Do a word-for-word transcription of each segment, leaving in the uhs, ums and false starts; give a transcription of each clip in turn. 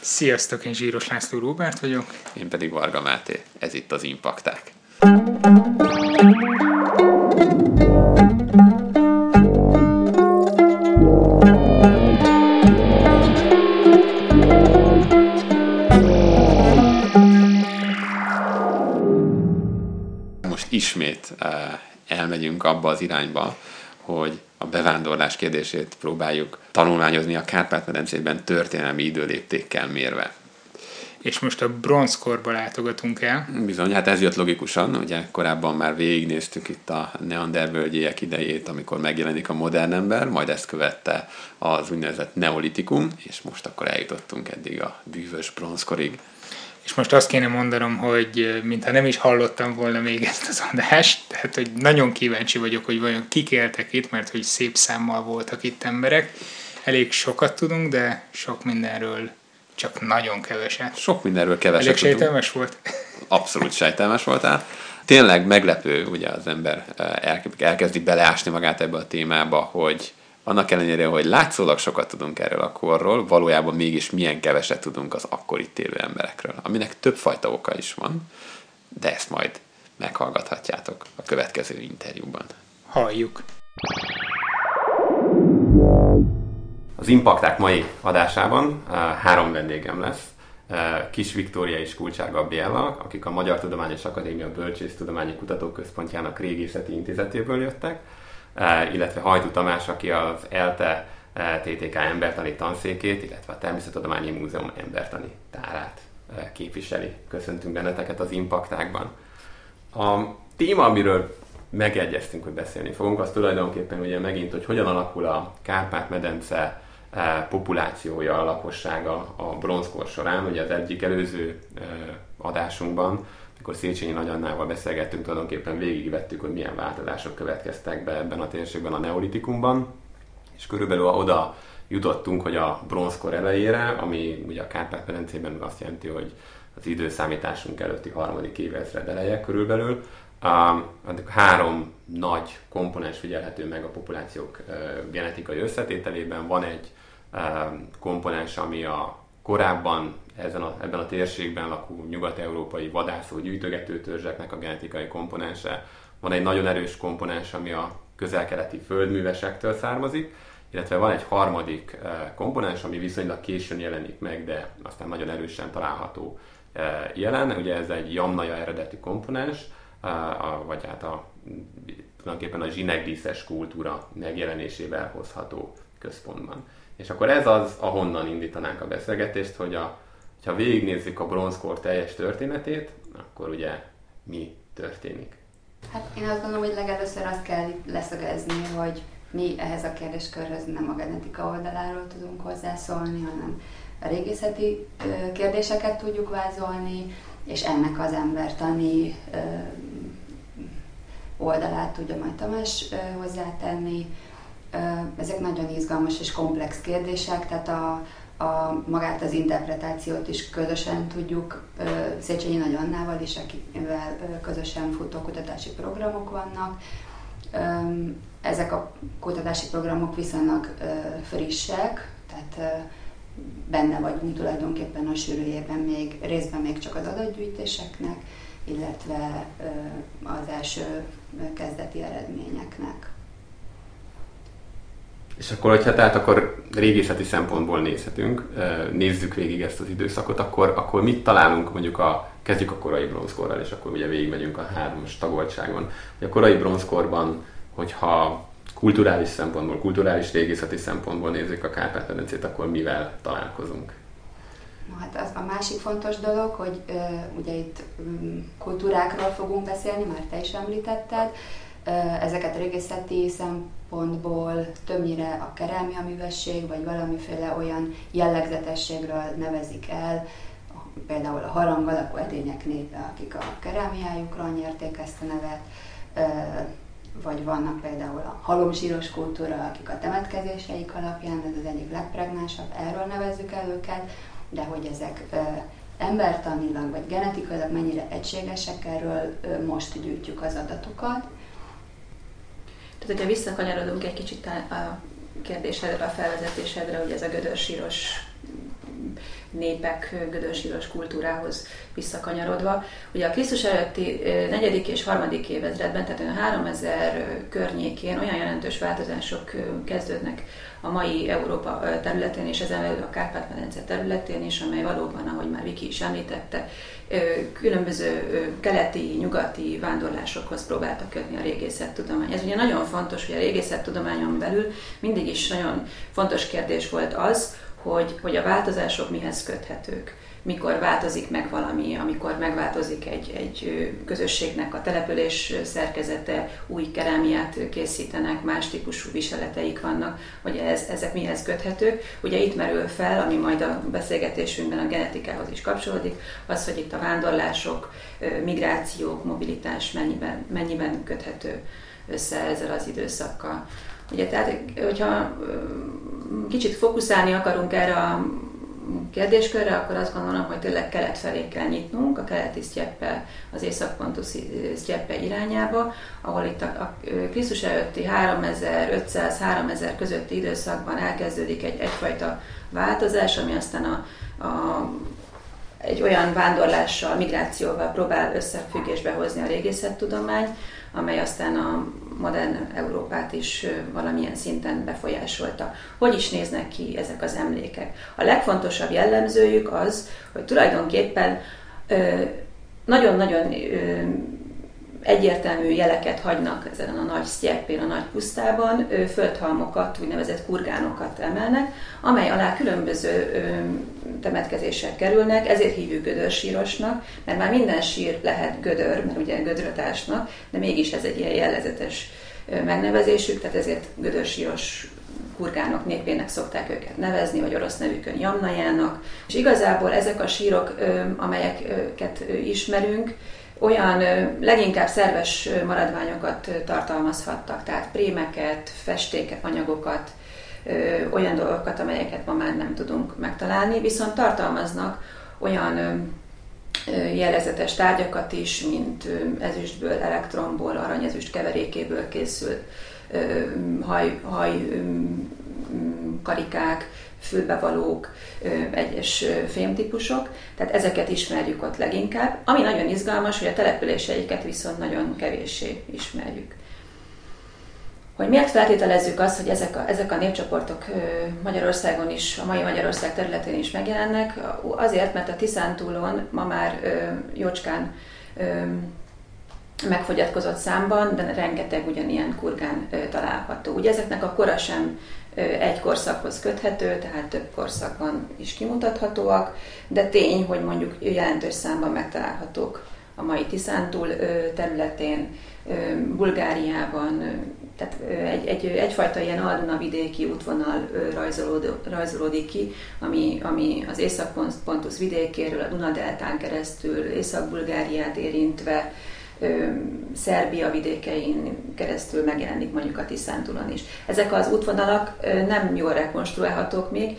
Sziasztok, én Zsíros László Róbert vagyok. Én pedig Varga Máté. Ez itt az Impakták. Most ismét elmegyünk abba az irányba, hogy a bevándorlás kérdését próbáljuk tanulmányozni a Kárpát-medencében történelmi időléptékkel mérve. És most a bronzkorba látogatunk el. Bizony, hát ez jött logikusan, ugye korábban már végignéztük itt a neandervölgyiek idejét, amikor megjelenik a modern ember, majd ezt követte az úgynevezett neolitikum, és most akkor eljutottunk eddig a bűvös bronzkorig. És most azt kéne mondanom, hogy mintha nem is hallottam volna még ezt az adást, tehát hogy nagyon kíváncsi vagyok, hogy vajon kik éltek itt, mert hogy szép számmal voltak itt emberek. Elég sokat tudunk, de sok mindenről csak nagyon keveset. Sok mindenről keveset Elég tudunk. sejtelmes volt? Abszolút sejtelmes voltál. Tényleg meglepő, ugye az ember elkezdi beleásni magát ebbe a témába, hogy annak ellenére, hogy látszólag sokat tudunk erről a korról, valójában mégis milyen keveset tudunk az akkor itt élő emberekről, aminek többfajta oka is van, de ezt majd meghallgathatjátok a következő interjúban. Halljuk! Az Impakták mai adásában három vendégem lesz. Kis Viktória és Kulcsár Gabriella, akik a Magyar Tudományos Akadémia Bölcsésztudományi Kutatóközpontjának Régészeti Intézetéből jöttek, illetve Hajdu Tamás, aki az ELTE té té ká embertani tanszékét, illetve a Természettudományi Múzeum embertani tárát képviseli. Köszöntünk benneteket az Impaktákban. A téma, amiről megegyeztünk, hogy beszélni fogunk, az tulajdonképpen ugye megint, hogy hogyan alakul a Kárpát-medence populációja, a lakossága a bronzkor során. Ugye az egyik előző adásunkban, amikor Széchenyi Nagyannával beszélgettünk, tulajdonképpen végigvettük, hogy milyen változások következtek be ebben a térségben a neolitikumban, és körülbelül oda jutottunk, hogy a bronzkor elejére, ami ugye a Kárpát-medencében azt jelenti, hogy az időszámításunk előtti harmadik évezred eleje körülbelül, a három nagy komponens figyelhető meg a populációk genetikai összetételében. Van egy komponens, ami a korábban ezen a, ebben a térségben lakó nyugat-európai vadászó gyűjtögető törzseknek a genetikai komponense. Van egy nagyon erős komponens, ami a közel-keleti földművesektől származik, illetve van egy harmadik komponens, ami viszonylag későn jelenik meg, de aztán nagyon erősen található jelen. Ugye ez egy jamnaja eredetű komponens, a, vagy hát a, tulajdonképpen a zsinegdíszes kultúra megjelenésével hozható központban. És akkor ez az, ahonnan indítanánk a beszélgetést, hogy a, ha végignézzük a bronzkor teljes történetét, akkor ugye mi történik? Hát én azt gondolom, hogy legelőször azt kell leszögezni, hogy mi ehhez a kérdéskörhöz nem a genetika oldaláról tudunk hozzászólni, hanem a régészeti kérdéseket tudjuk vázolni, és ennek az embertani oldalát tudja majd Tamás hozzátenni. Ezek nagyon izgalmas és komplex kérdések, tehát a, a, magát az interpretációt is közösen tudjuk, Széchenyi Nagyannával is, akivel közösen futó kutatási programok vannak. Ezek a kutatási programok viszonylag frissek, tehát benne vagyunk tulajdonképpen a sűrűjében még, részben még csak az adatgyűjtéseknek, illetve az első kezdeti eredményeknek. És akkor, hogyha tehát akkor régészeti szempontból nézhetünk, nézzük végig ezt az időszakot, akkor, akkor mit találunk mondjuk a, kezdjük a korai bronzkorral, és akkor ugye végigmegyünk a hármas tagoltságon. A korai bronzkorban, hogyha kulturális szempontból, kulturális régészeti szempontból nézzük a Kárpát-medencét, akkor mivel találkozunk? No, hát az a másik fontos dolog, hogy uh, ugye itt um, kultúrákról fogunk beszélni, már te is említetted. Uh, ezeket régészeti szempontból többnyire a kerámia művesség, vagy valamiféle olyan jellegzetességről nevezik el, például a harang alakú edények népe, akik a kerámiájukról nyerték ezt a nevet, uh, vagy vannak például a halomzsíros kultúra, akik a temetkezéseik alapján, ez az egyik legpregnánsabb, erről nevezzük el őket, de hogy ezek ö, embertanilag vagy genetikailag mennyire egységesek, erről ö, most gyűjtjük az adatokat. Tehát, hogyha visszakanyarodunk egy kicsit a kérdésedre, a felvezetésedre, hogy ez a gödörsíros népek gödörsíros kultúrához visszakanyarodva. Ugye a Krisztus előtti negyedik és harmadik évezredben, tehát a háromezer környékén olyan jelentős változások kezdődnek a mai Európa területén, és ezen belül a Kárpát-medence területén is, amely valóban, ahogy már Viki is említette, különböző keleti, nyugati vándorlásokhoz próbálta kötni a régészettudomány. Ez ugye nagyon fontos, hogy a régészettudományon belül mindig is nagyon fontos kérdés volt az, hogy, hogy a változások mihez köthetők. Mikor változik meg valami, amikor megváltozik egy, egy közösségnek a település szerkezete, új kerámiát készítenek, más típusú viseleteik vannak, hogy ez, ezek mihez köthetők. Ugye itt merül fel, ami majd a beszélgetésünkben a genetikához is kapcsolódik, az, hogy itt a vándorlások, migrációk, mobilitás mennyiben, mennyiben köthető össze ezzel az időszakkal. Ugye, tehát, hogyha kicsit fókuszálni akarunk erre a kérdéskörre, akkor azt gondolom, hogy tényleg kelet felé kell nyitnunk, a keleti sztyeppe, az észak-pontusi sztyeppe irányába, ahol itt a, a Krisztus előtti háromezer-ötszáz-háromezer közötti időszakban elkezdődik egy, egyfajta változás, ami aztán a, a, egy olyan vándorlással, migrációval próbál összefüggésbe hozni a régészettudomány, amely aztán a modern Európát is valamilyen szinten befolyásolta. Hogy is néznek ki ezek az emlékek? A legfontosabb jellemzőjük az, hogy tulajdonképpen nagyon-nagyon egyértelmű jeleket hagynak ezen a nagy sztyeppén, a nagy pusztában, földhalmokat, úgynevezett kurgánokat emelnek, amely alá különböző temetkezések kerülnek, ezért hívjuk gödörsírosnak, mert már minden sír lehet gödör, mert ugye gödröt ásnak, de mégis ez egy ilyen jellegzetes megnevezésük, tehát ezért gödörsíros kurgánok népének szokták őket nevezni, vagy orosz nevükön jamnajának. És igazából ezek a sírok, amelyeket ismerünk, olyan leginkább szerves maradványokat tartalmazhattak, tehát prémeket, festéket, anyagokat, olyan dolgokat, amelyeket ma már nem tudunk megtalálni, viszont tartalmaznak olyan jellegzetes tárgyakat is, mint ezüstből, elektronból, aranyezüst keverékéből készült haj, haj karikák, fülbevalók, egyes fémtípusok, tehát ezeket ismerjük ott leginkább. Ami nagyon izgalmas, hogy a településeiket viszont nagyon kevéssé ismerjük. Hogy miért feltételezzük azt, hogy ezek a, ezek a népcsoportok Magyarországon is, a mai Magyarország területén is megjelennek? Azért, mert a Tiszántúlon ma már jócskán megfogyatkozott számban, de rengeteg ugyanilyen kurgán található. Ugye ezeknek a kora sem egy korszakhoz köthető, tehát több korszakban is kimutathatóak, de tény, hogy mondjuk jelentős számban megtalálhatók a mai Tiszántúl területén, Bulgáriában, tehát egy, egy, egyfajta ilyen Alduna vidéki útvonal rajzolódik ki, ami, ami az Észak-Pontusz vidékéről, a Duna-deltán keresztül, Észak-Bulgáriát érintve, Szerbia vidékein keresztül megjelenik mondjuk a Tiszántúlon is. Ezek az útvonalak nem jól rekonstruálhatók még,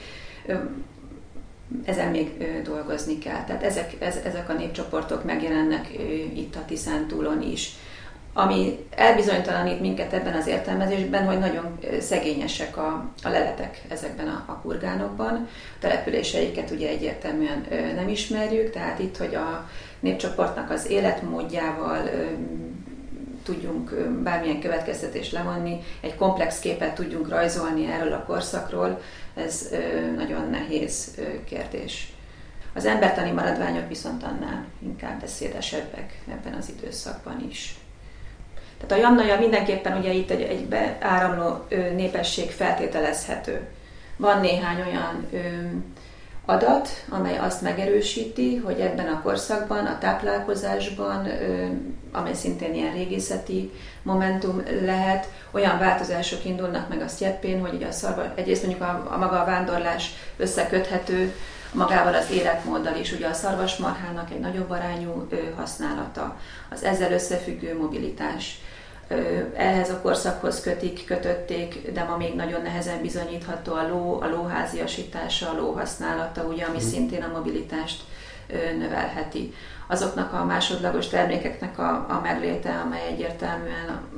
ezen még dolgozni kell. Tehát ezek, ezek a népcsoportok megjelennek itt a Tiszántúlon is. Ami elbizonytalanít minket ebben az értelmezésben, hogy nagyon szegényesek a, a leletek ezekben a, a kurgánokban. A településeiket ugye egyértelműen nem ismerjük, tehát itt, hogy a népcsoportnak az életmódjával tudjunk bármilyen következtetést levonni, egy komplex képet tudjunk rajzolni erről a korszakról, ez nagyon nehéz kérdés. Az embertani maradványok viszont annál inkább beszédesebbek ebben az időszakban is. Tehát a jamnaja mindenképpen ugye itt egy, egy beáramló népesség feltételezhető. Van néhány olyan ö, adat, amely azt megerősíti, hogy ebben a korszakban, a táplálkozásban, ö, amely szintén ilyen régészeti momentum lehet, olyan változások indulnak meg a sztyeppén, hogy ugye a szarva, egyrészt mondjuk a, a maga a vándorlás összeköthető magával az életmóddal is, ugye a szarvasmarhának egy nagyobb arányú ö, használata, az ezzel összefüggő mobilitás. Ö, ehhez a korszakhoz kötik, kötötték, de ma még nagyon nehezen bizonyítható a ló, a lóháziasítása, a ló használata, ugye, ami szintén a mobilitást ö, növelheti. Azoknak a másodlagos termékeknek a, a megléte, amely egyértelműen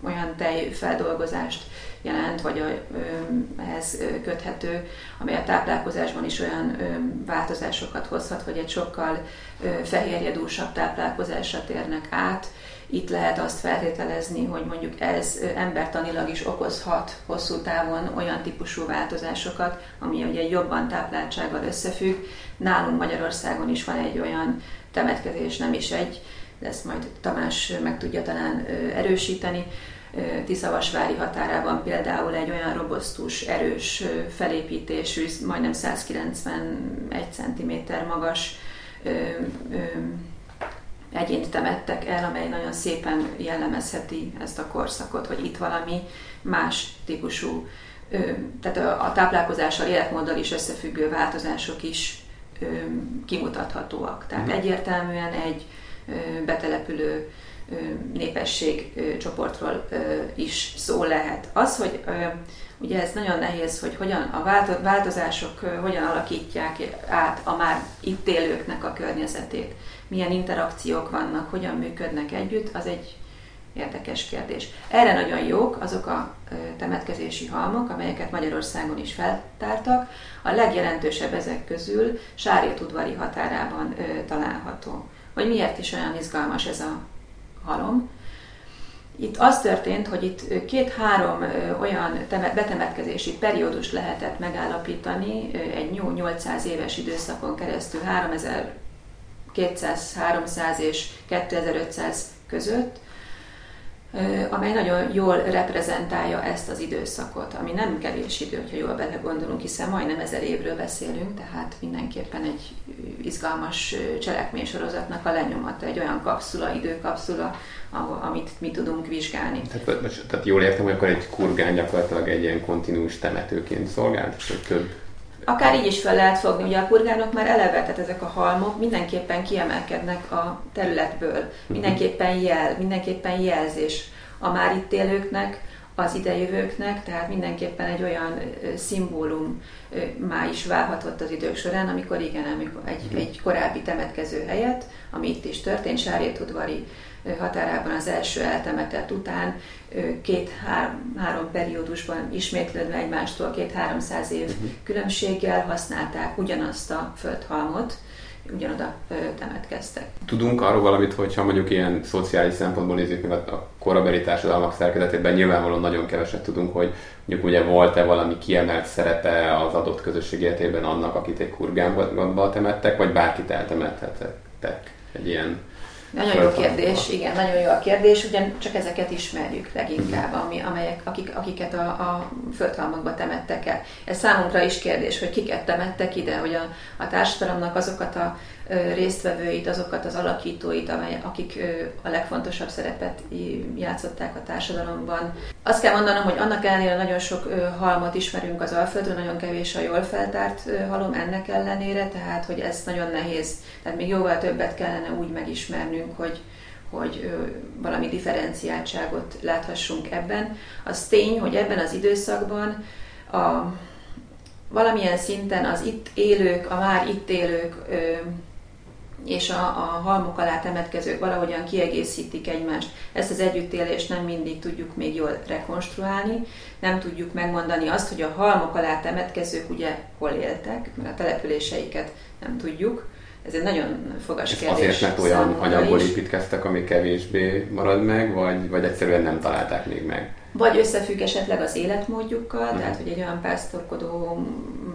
olyan tejfeldolgozást jelent, vagy a, ö, ehhez köthető, amely a táplálkozásban is olyan ö, változásokat hozhat, hogy egy sokkal ö, fehérjedúsabb táplálkozásra térnek át. Itt lehet azt feltételezni, hogy mondjuk ez embertanilag is okozhat hosszú távon olyan típusú változásokat, ami ugye jobban tápláltsággal összefügg. Nálunk Magyarországon is van egy olyan temetkezés, nem is egy, de ezt majd Tamás meg tudja talán erősíteni. Tiszavasvári határában például egy olyan robosztus, erős felépítésű, majdnem százkilencvenegy centiméter magas egyént temettek el, amely nagyon szépen jellemezheti ezt a korszakot, hogy itt valami más típusú, tehát a táplálkozással, életmóddal is összefüggő változások is kimutathatóak. Tehát egyértelműen egy betelepülő népességcsoportról is szó lehet. Az, hogy ugye ez nagyon nehéz, hogy hogyan a változások hogyan alakítják át a már itt élőknek a környezetét, milyen interakciók vannak, hogyan működnek együtt, az egy érdekes kérdés. Erre nagyon jók azok a temetkezési halmok, amelyeket Magyarországon is feltártak. A legjelentősebb ezek közül Sárét-udvari határában található. Hogy miért is olyan izgalmas ez a halom? Itt az történt, hogy itt két-három olyan betemetkezési periódust lehetett megállapítani egy nyolcszáz éves időszakon keresztül, háromezer-kétszáz-háromszáz és kétezer-ötszáz között, amely nagyon jól reprezentálja ezt az időszakot, ami nem kevés idő, hogyha jól belegondolunk, hiszen majdnem ezer évről beszélünk, tehát mindenképpen egy izgalmas cselekménysorozatnak a lenyomata, egy olyan kapszula, időkapszula, amit mi tudunk vizsgálni. Tehát, tehát jól értem, hogy akkor egy kurgán gyakorlatilag egy ilyen kontinuus temetőként szolgált, vagy több? Akár így is fel lehet fogni, ugye a kurgánok már eleve, tehát ezek a halmok mindenképpen kiemelkednek a területből, mindenképpen jel, mindenképpen jelzés a már itt élőknek, az idejövőknek, tehát mindenképpen egy olyan szimbólum már is válhatott az idők során, amikor igen, amikor egy, egy korábbi temetkező helyet, ami itt is történt, Sárét-udvari határában az első eltemetett után két-három periódusban ismétlődve egymástól két-háromszáz év különbséggel használták ugyanazt a földhalmot, ugyanoda temetkeztek. Tudunk arról valamit, hogyha mondjuk ilyen szociális szempontból nézzük meg a korabeli társadalmak szerkezetében, nyilvánvalóan nagyon keveset tudunk, hogy mondjuk ugye volt-e valami kiemelt szerepe az adott közösség életében annak, akit egy kurgánba temettek, vagy bárkit eltemethettek egy ilyen. Nagyon jó kérdés, igen, nagyon jó a kérdés, ugyan csak ezeket ismerjük leginkább, ami, amelyek, akik, akiket a, a földhalmokba temettek el. Ez számunkra is kérdés, hogy kiket temettek ide, hogy a, a társadalomnak azokat a ö, résztvevőit, azokat az alakítóit, amely, akik ö, a legfontosabb szerepet játszották a társadalomban. Azt kell mondanom, hogy annak ellenére nagyon sok ö, halmot ismerünk az Alföldről, nagyon kevés a jól feltárt ö, halom ennek ellenére, tehát hogy ez nagyon nehéz, tehát még jóval többet kellene úgy megismernünk, hogy, hogy valami differenciáltságot láthassunk ebben. Az tény, hogy ebben az időszakban a, valamilyen szinten az itt élők, a már itt élők ö, és a, a halmok alá temetkezők valahogyan kiegészítik egymást. Ezt az együttélést nem mindig tudjuk még jól rekonstruálni, nem tudjuk megmondani azt, hogy a halmok alá temetkezők ugye hol éltek, mert a településeiket nem tudjuk. Ez egy nagyon fogas ez kérdés. Azért, mert olyan anyagból építkeztek, ami kevésbé marad meg, vagy, vagy egyszerűen nem találták még meg? Vagy összefügg esetleg az életmódjukkal, uh-huh. tehát hogy egy olyan pásztorkodó,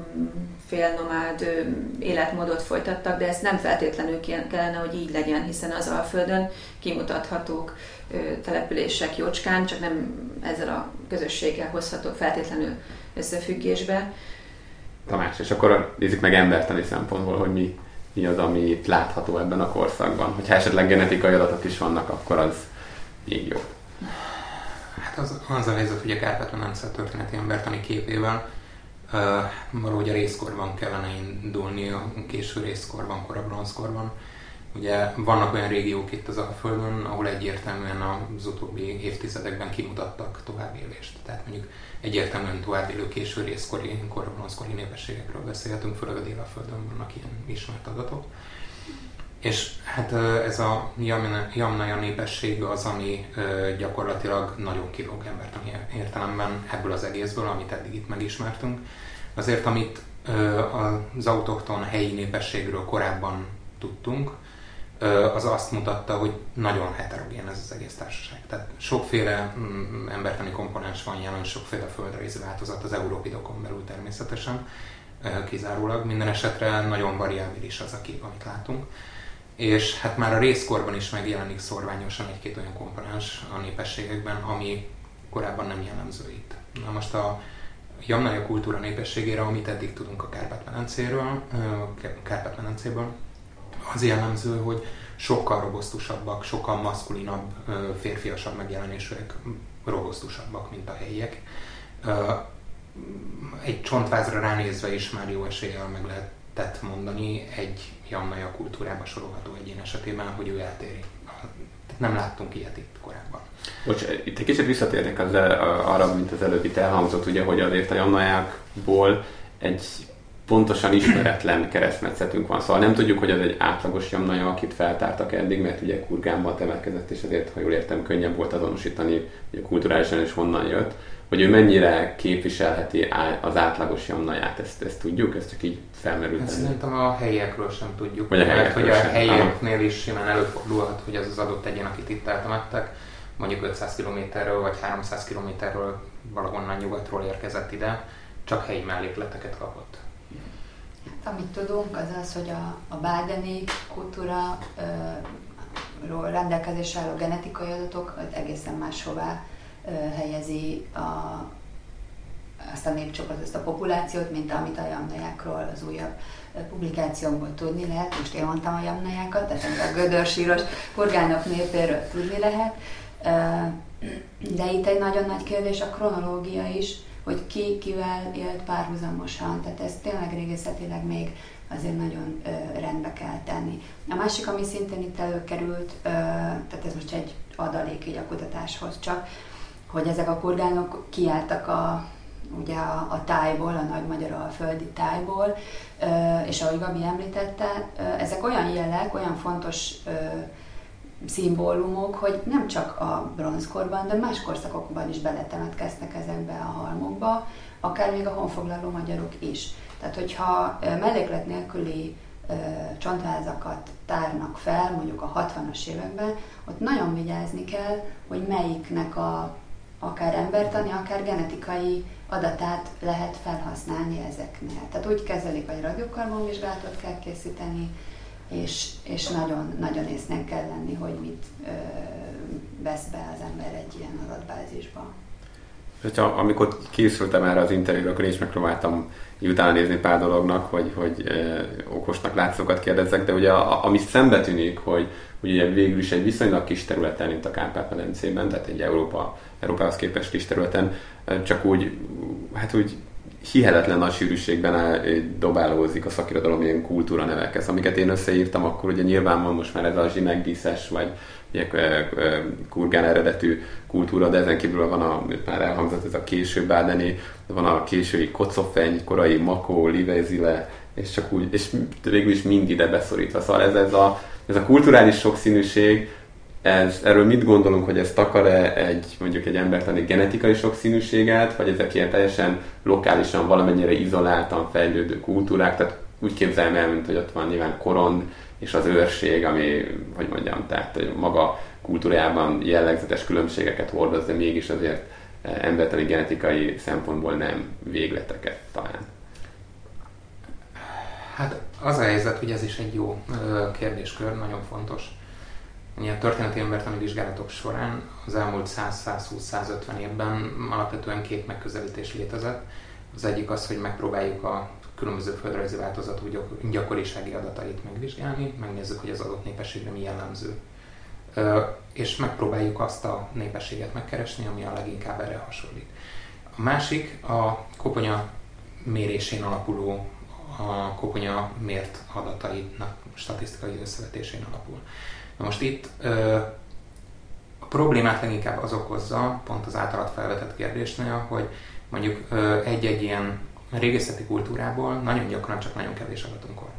félnomád életmódot folytattak, de ezt nem feltétlenül kellene, hogy így legyen, hiszen az Alföldön kimutathatók települések jócskán, csak nem ezzel a közösséggel hozhatók feltétlenül összefüggésbe. Tamás, és akkor nézzük meg embertani szempontból, hogy mi mi az, ami itt látható ebben a korszakban. Hogyha esetleg genetikai adatok is vannak, akkor az még jobb. Hát az, az a helyzet, hogy a Kárpát-medence történeti embertani képével uh, valahogy a részkorban kellene indulni, a késő részkorban, kora bronzkorban. Ugye vannak olyan régiók itt az Alföldön, ahol egyértelműen az utóbbi évtizedekben kimutattak továbbélést. Tehát mondjuk egyértelműen továbbélő késő részkori, kora bronzkori népességekről beszélhetünk, főleg a Dél-Alföldön vannak ilyen ismert adatok. És hát ez a jamnaja népesség az, ami gyakorlatilag nagyon kilóg embertani értelemben ebből az egészből, amit eddig itt megismertünk. Azért, amit az autochton helyi népességről korábban tudtunk, az azt mutatta, hogy nagyon heterogén ez az egész társaság. Tehát sokféle embertani komponens van jelen, sokféle földrajzi változat az európidokon belül természetesen, kizárólag. Minden esetre nagyon variábilis az a kép, amit látunk. És hát már a részkorban is megjelenik szorványosan egy-két olyan komponens a népességekben, ami korábban nem jellemző itt. Na most a jamnaja kultúra népességére, amit eddig tudunk a Kárpát-medencéről, Kárpát-medencéből, az jellemző, hogy sokkal robosztusabbak, sokkal maszkulinabb, férfiasabb megjelenésűek, robosztusabbak, mint a helyiek. Egy csontvázra ránézve is már jó eséllyel meg lehetett mondani egy jamnaja kultúrába sorolható egyén esetében, hogy ő eltéri. Nem láttunk ilyet itt korábban. Bocs, itt egy kicsit visszatérnek az el, arra, mint az előbb itt elhangzott, ugye, hogy azért a jamnajákból egy pontosan ismeretlen keresztmetszetünk van. Szóval nem tudjuk, hogy az egy átlagos jamnaja, akit feltártak eddig, mert ugye Kurgánban temetkezett, és ezért, ha jól értem, könnyebb volt azonosítani, hogy kulturálisan is honnan jött. Hogy ő mennyire képviselheti az átlagos jamnaját, ezt, ezt tudjuk? Ez csak így felmerült. Ezt szerintem a helyiekről sem tudjuk. Vagy a mert hogy a sem. helyieknél is simán előfordulhat, hogy az az adott egyén, akit itt eltemettek, mondjuk ötszáz kilométerről vagy háromszáz kilométerről valahonnan nyugatról érkezett ide, csak helyi mellékleteket kapott. Hát, amit tudunk, az az, hogy a, a bádeni kultúra ról rendelkezésre álló genetikai adatok egészen máshová helyezi a, azt a népcsoportot, azt a populációt, mint amit a jamnajákról az újabb publikációkból tudni lehet. Most én mondtam a jamnajákat, tehát a gödörsíros kurgánok népéről tudni lehet. De itt egy nagyon nagy kérdés a kronológia is, hogy ki kivel élt párhuzamosan, tehát ez tényleg régészetileg még azért nagyon ö, rendbe kell tenni. A másik, ami szintén itt előkerült, ö, tehát ez most egy adalék így a kutatáshoz csak, hogy ezek a kurgánok kiálltak a, ugye a, a tájból, a nagy magyar alföldi tájból, ö, és ahogy Gabi említette, ö, ezek olyan jelek, olyan fontos ö, szimbólumok, hogy nem csak a bronzkorban, de más korszakokban is beletemetkeztek ezekbe a halmokba, akár még a honfoglaló magyarok is. Tehát, hogyha melléklet nélküli ö, csontvázakat tárnak fel, mondjuk a hatvanas években, ott nagyon vigyázni kell, hogy melyiknek a, akár embertani, akár genetikai adatát lehet felhasználni ezeknél. Tehát úgy kezelik, hogy radiokarbonvizsgálatot kell készíteni, és, és nagyon, nagyon észnél kell lenni, hogy mit ö, vesz be az ember egy ilyen adatbázisba. Hogyha, amikor készültem erre az interjúra, akkor én is megpróbáltam utána nézni pár dolognak, hogy, hogy eh, okosnak látszókat kérdezzek, de ugye a, ami szembe tűnik, hogy, hogy ugye végül is egy viszonylag kis területen, mint a Kárpát-medencében, tehát egy Európa, Európához képest kis területen, csak úgy, hát úgy hihetetlen nagy sűrűségben dobálózik a szakirodalom ilyen kultúra nevekhez. Amiket én összeírtam, akkor ugye nyilván van most már ez a zsinegdíszes, vagy ugye, kurgán eredetű kultúra, de ezen kívül van, a, már elhangzott, ez a késő bádeni, van a késői kocofeny, korai makó, livezile, és csak úgy, és végül is mind ide beszorítva. Szóval ez, ez, a, ez a kulturális sokszínűség, ez, erről mit gondolunk, hogy ez takar-e egy, mondjuk egy embertani genetikai sokszínűséget, vagy ezek ilyen teljesen lokálisan, valamennyire izoláltan fejlődő kultúrák, tehát úgy képzelem el, mint hogy ott van nyilván korond és az őrség, ami, hogy mondjam, tehát maga kultúrájában jellegzetes különbségeket hordoz, de mégis azért embertani genetikai szempontból nem végleteket talán. Hát az a helyzet, hogy ez is egy jó kérdéskör, nagyon fontos. Ilyen történeti embertani vizsgálatok során az elmúlt száz-százhúsz-százötven évben alapvetően két megközelítés létezett. Az egyik az, hogy megpróbáljuk a különböző földrajzi változatú gyakorisági adatait megvizsgálni, megnézzük, hogy az adott népességre mi jellemző. És megpróbáljuk azt a népességet megkeresni, ami a leginkább erre hasonlít. A másik a koponya mérésén alapuló, a koponya mért adatainak statisztikai összevetésén alapul. Na most itt ö, a problémát leginkább az okozza, pont az általad felvetett kérdésnél, hogy mondjuk ö, egy-egy ilyen régészeti kultúrából nagyon gyakran csak nagyon kevés adatunk van.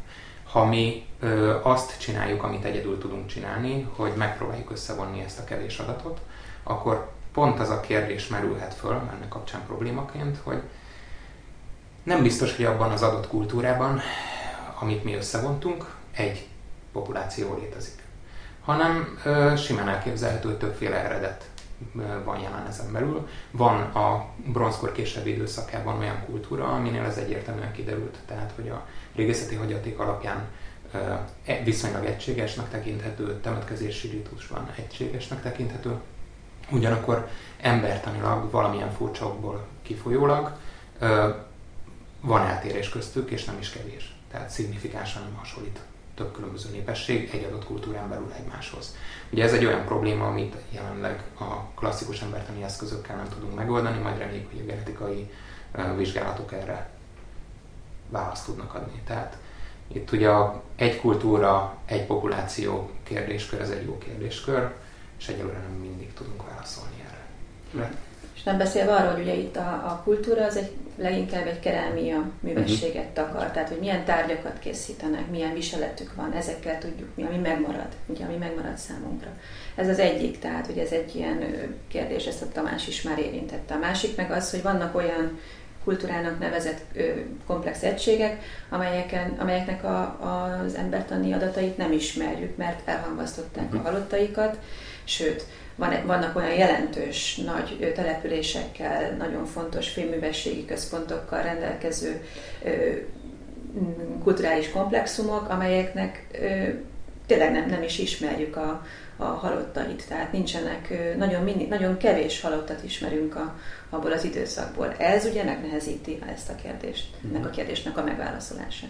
Ha mi ö, azt csináljuk, amit egyedül tudunk csinálni, hogy megpróbáljuk összevonni ezt a kevés adatot, akkor pont az a kérdés merülhet föl ennek kapcsán problémaként, hogy nem biztos, hogy abban az adott kultúrában, amit mi összevontunk, egy populáció létezik. Hanem ö, simán elképzelhető, hogy többféle eredet ö, van jelen ezen belül. Van a bronzkor későbbi időszakában olyan kultúra, aminél ez egyértelműen kiderült. Tehát, hogy a régészeti hagyaték alapján ö, viszonylag egységesnek tekinthető, temetkezési ritusban egységesnek tekinthető. Ugyanakkor embertanilag valamilyen furcsa okból kifolyólag ö, van eltérés köztük, és nem is kevés. Tehát szignifikánsan nem hasonlít több különböző népesség egy adott kultúrán belül egymáshoz. Ugye ez egy olyan probléma, amit jelenleg a klasszikus embertani eszközökkel nem tudunk megoldani, majd reméljük, hogy a genetikai uh, vizsgálatok erre választ tudnak adni. Tehát itt ugye a egy kultúra, egy populáció kérdéskör, ez egy jó kérdéskör, és egyelőre nem mindig tudunk válaszolni erre. De és nem beszélve arról, hogy ugye itt a, a kultúra az egy leginkább egy kerámia művességet takar, tehát hogy milyen tárgyakat készítenek, milyen viseletük van, ezekkel tudjuk mi, ami megmarad, ugye, ami megmarad számunkra. Ez az egyik, tehát hogy ez egy ilyen kérdés, ezt a Tamás is már érintette. A másik meg az, hogy vannak olyan kultúrának nevezett ö, komplex egységek, amelyeken, amelyeknek a, az embertani adatait nem ismerjük, mert elhamvasztották a halottaikat, sőt, van, vannak olyan jelentős nagy településekkel, nagyon fontos filmművességi központokkal rendelkező ö, kulturális komplexumok, amelyeknek ö, tényleg nem, nem is ismerjük a, a halottait, tehát nincsenek, nagyon, mindig, nagyon kevés halottat ismerünk a, abból az időszakból. Ez ugye megnehezíti ezt a kérdést, ennek a kérdésnek a megválaszolását.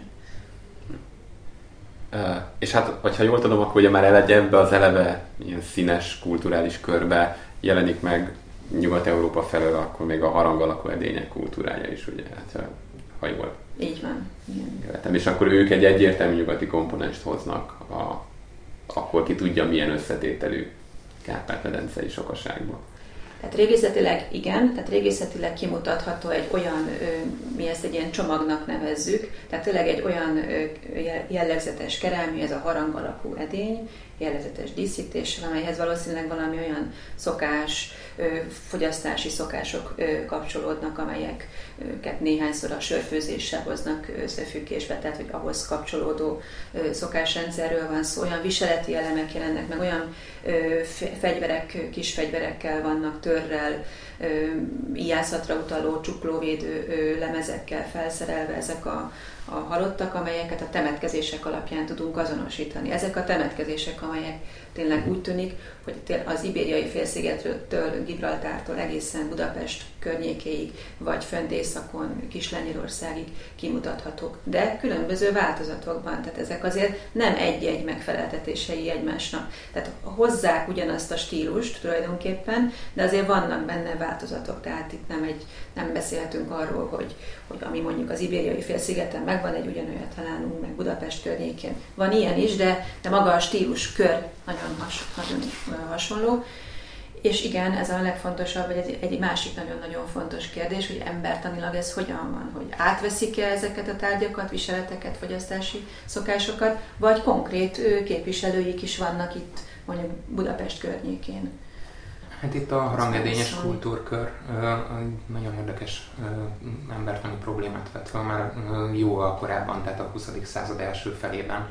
Uh, és hát, hogyha jól tudom, akkor ugye már eleve ebbe az eleve ilyen színes kulturális körbe jelenik meg Nyugat-Európa felől, akkor még a harang alakú edények kultúrája is, ugye, hát, ha jól így van. Jöttem. És akkor ők egy egyértelmű nyugati komponenst hoznak, a, akkor ki tudja milyen összetételű Kárpát-medencei sokaságban. Tehát régészetileg igen, tehát régészetileg kimutatható egy olyan, mi ezt egy ilyen csomagnak nevezzük, tehát tényleg egy olyan jellegzetes kerámia, ez a harang alakú edény, jellegzetes díszítéssel, amelyhez valószínűleg valami olyan szokás, fogyasztási szokások kapcsolódnak, amelyeket néhányszor a sörfőzéssel hoznak összefüggésbe, tehát hogy ahhoz kapcsolódó szokásrendszerről van szó, olyan viseleti elemek jelennek meg, olyan fegyverek, kis fegyverekkel vannak, törrel, ijászatra utaló csuklóvédő lemezekkel felszerelve ezek a, a halottak, amelyeket a temetkezések alapján tudunk azonosítani. Ezek a temetkezések, amelyek tényleg úgy tűnik, hogy az Ibériai félszigettől, Gibraltártól egészen Budapest környékéig, vagy fönt északon, Kis-Lengyelországig kimutathatók. De különböző változatokban, tehát ezek azért nem egy-egy megfeleltetései egymásnak. Tehát hozzák ugyanazt a stílust tulajdonképpen, de azért vannak benne változatok, tehát itt nem, egy, nem beszélhetünk arról, hogy, hogy ami mondjuk az Ibériai félszigeten megvan, egy ugyanolyat találunk meg Budapest környékén. Van ilyen is, de, de maga a stílus kör nagyon, has, nagyon hasonló. És igen, ez a legfontosabb, vagy egy, egy másik nagyon-nagyon fontos kérdés, hogy embertanilag ez hogyan van, hogy átveszik-e ezeket a tárgyakat, viseleteket, fogyasztási szokásokat, vagy konkrét képviselőik is vannak itt mondjuk Budapest környékén. Hát itt a harangedényes kultúrkör nagyon érdekes embertani problémát vett fel, már jóval korábban, tehát a huszadik század első felében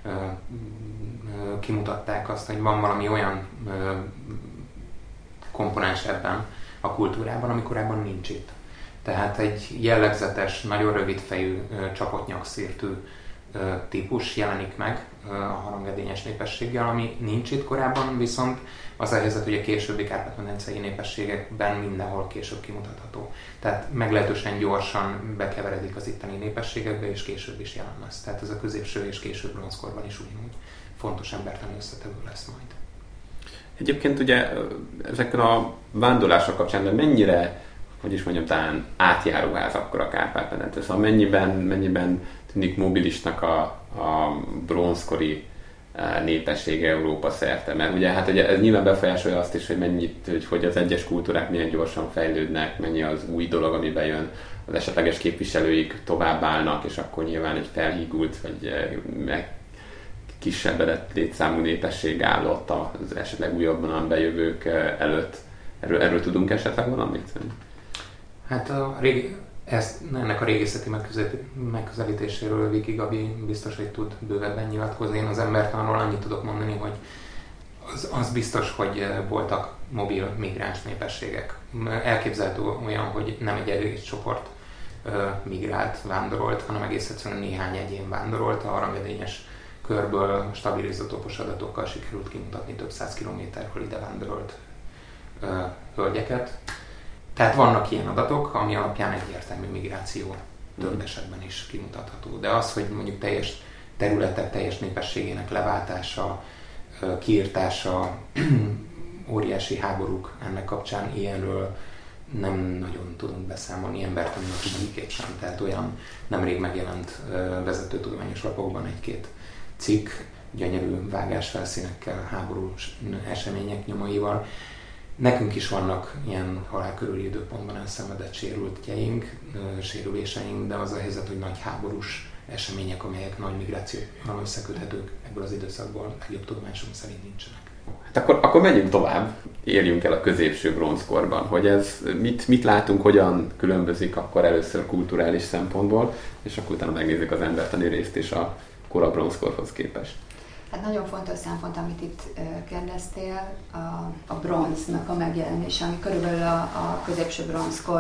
kimutatták azt, hogy van valami olyan komponens ebben a kultúrában, ami korábban nincs itt. Tehát egy jellegzetes, nagyon rövid fejű, csapott nyakszírtű típus jelenik meg a harangedényes népességgel, ami nincs itt korábban, viszont az a helyzet, hogy a későbbi kárpát-medencei népességekben mindenhol később kimutatható. Tehát meglehetősen gyorsan bekeveredik az itteni népességekbe, és később is jelen lesz. Tehát ez a középső és később bronzkorban is ugyanúgy fontos embertani összetevő lesz majd. Egyébként ugye ezeken a vándorlások kapcsán, de mennyire, hogy is mondjam, talán átjáróház akkor a Kárpát-medence, szóval mennyiben, mennyiben tűnik mobilisnak a, a bronzkori népessége Európa szerte. Mert ugye hát ugye ez nyilván befolyásolja azt is, hogy mennyit, hogy, hogy az egyes kultúrák milyen gyorsan fejlődnek, mennyi az új dolog, ami bejön, az esetleges képviselőik tovább állnak, és akkor nyilván egy felhígult, vagy meg kisebbedett létszámú népesség áll ott az esetleg újabban bejövők előtt. Erről, erről tudunk esetleg valamit? Hát a régi, ezt, ennek a régészeti megközelítéséről Viki Gabi biztos, hogy tud bővebben nyilatkozni. Én az embertanról annyit tudok mondani, hogy az, az biztos, hogy voltak mobil migráns népességek. Elképzelhető olyan, hogy nem egy egész csoport migrált, vándorolt, hanem egész egyszerűen néhány egyén vándorolt. A rangedényes körből stabilizátópos adatokkal sikerült kimutatni több száz kilométerről ide vándorolt hölgyeket. Tehát vannak ilyen adatok, ami alapján egyértelmű migráció több esetben is kimutatható. De az, hogy mondjuk teljes területek, teljes népességének leváltása, kiirtása, óriási háborúk ennek kapcsán, ilyenről nem nagyon tudunk beszámolni, embertanilag semmiképp sem. Tehát olyan nemrég megjelent vezető tudományos lapokban egy-két cikk, gyönyörű vágásfelszínekkel, háborús események nyomaival. Nekünk is vannak ilyen halálkörüli időpontban elszenvedett sérültjeink, sérüléseink, de az a helyzet, hogy nagy háborús események, amelyek nagy migrációval összeköthetők ebből az időszakból, legjobb tudomásunk szerint nincsenek. Hát akkor, akkor menjünk tovább, érjünk el a középső bronzkorban, hogy ez mit, mit látunk, hogyan különbözik akkor először kulturális szempontból, és akkor utána megnézzük az embertani részt is a kora bronzkorhoz képest. Hát nagyon fontos szempont, amit itt kérdeztél, a, a bronznak a megjelenése, ami körülbelül a, a középső bronzkor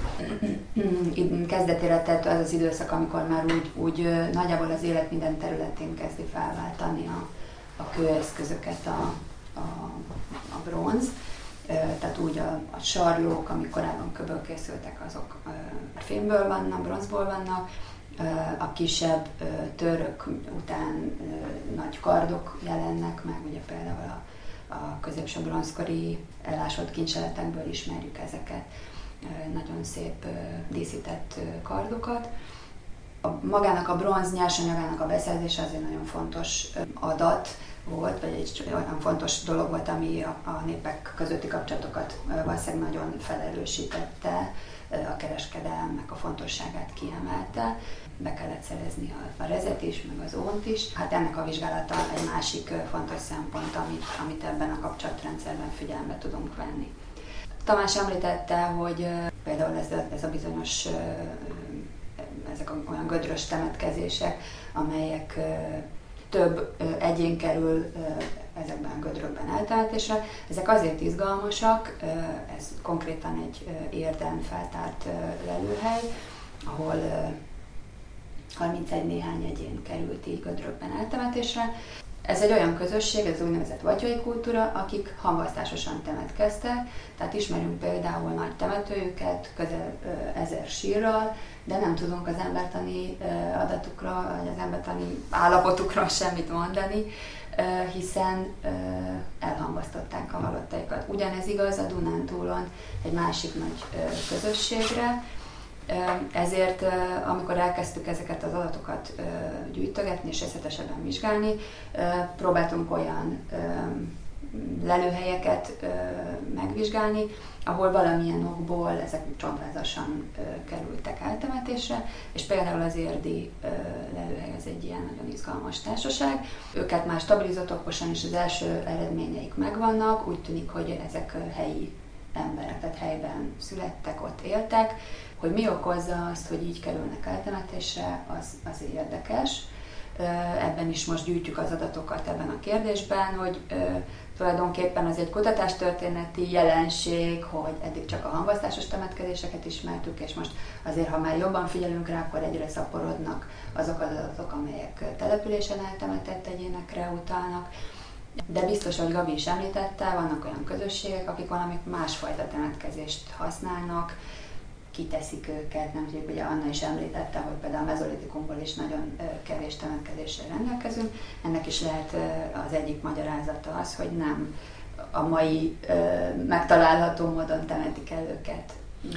kezdetére tett az az időszak, amikor már úgy, úgy nagyjából az élet minden területén kezdi felváltani a, a kőeszközöket a, a, a bronz. Tehát úgy a, a sarlók, amik korábban köből készültek, azok fémből vannak, bronzból vannak. A kisebb török után nagy kardok jelennek meg, ugye például a, a középső bronzkori elásott kincseletekből ismerjük ezeket, nagyon szép díszített kardokat. A, magának a bronz nyersanyagának a beszerzése azért nagyon fontos adat volt, vagy egy olyan fontos dolog volt, ami a, a népek közötti kapcsolatokat valószínűleg nagyon felerősítette, a kereskedelemnek a fontosságát kiemelte. Be kellett szerezni a, a rezet is, meg az ónt is. Hát ennek a vizsgálata egy másik fontos szempont, amit, amit ebben a kapcsolatrendszerben figyelembe tudunk venni. Tamás említette, hogy például ez a, ez a bizonyos, ezek olyan gödrös temetkezések, amelyek több egyén kerül ezekben a gödrökben eltemetésre. Ezek azért izgalmasak, ez konkrétan egy érden feltárt lelőhely, ahol harmincegy néhány egyén került így gödrökben eltemetésre. Ez egy olyan közösség, ez úgynevezett vagyai kultúra, akik hamvasztásosan temetkeztek, tehát ismerünk például nagy temetőjüket, közel ezer sírral, de nem tudunk az embertani adatukra, vagy az embertani állapotukra semmit mondani, hiszen elhamvasztották a halottaikat. Ugyanez igaz a Dunántúlon egy másik nagy közösségre, ezért amikor elkezdtük ezeket az adatokat gyűjtögetni és részletesebben vizsgálni, próbáltunk olyan lelőhelyeket megvizsgálni, ahol valamilyen okból ezek csontvázasan kerültek eltemetésre, és például az érdi lelőhely az egy ilyen nagyon izgalmas társaság. Őket már stabilizátókosan is az első eredményeik megvannak, úgy tűnik, hogy ezek helyi emberek, tehát helyben születtek, ott éltek. Hogy mi okozza azt, hogy így kerülnek eltemetésre, az, az érdekes. Ebben is most gyűjtjük az adatokat ebben a kérdésben, hogy tulajdonképpen az egy kutatástörténeti jelenség, hogy eddig csak a hamvasztásos temetkezéseket ismertük, és most azért, ha már jobban figyelünk rá, akkor egyre szaporodnak azok az adatok, amelyek településen eltemetett egyénekre utalnak. De biztos, hogy Gabi is említette, vannak olyan közösségek, akik valami másfajta temetkezést használnak, kiteszik őket, nem tudjuk, ugye Anna is említette, hogy például a mezolitikumból is nagyon kevés temetkezéssel rendelkezünk. Ennek is lehet az egyik magyarázata az, hogy nem a mai megtalálható módon temetik el őket.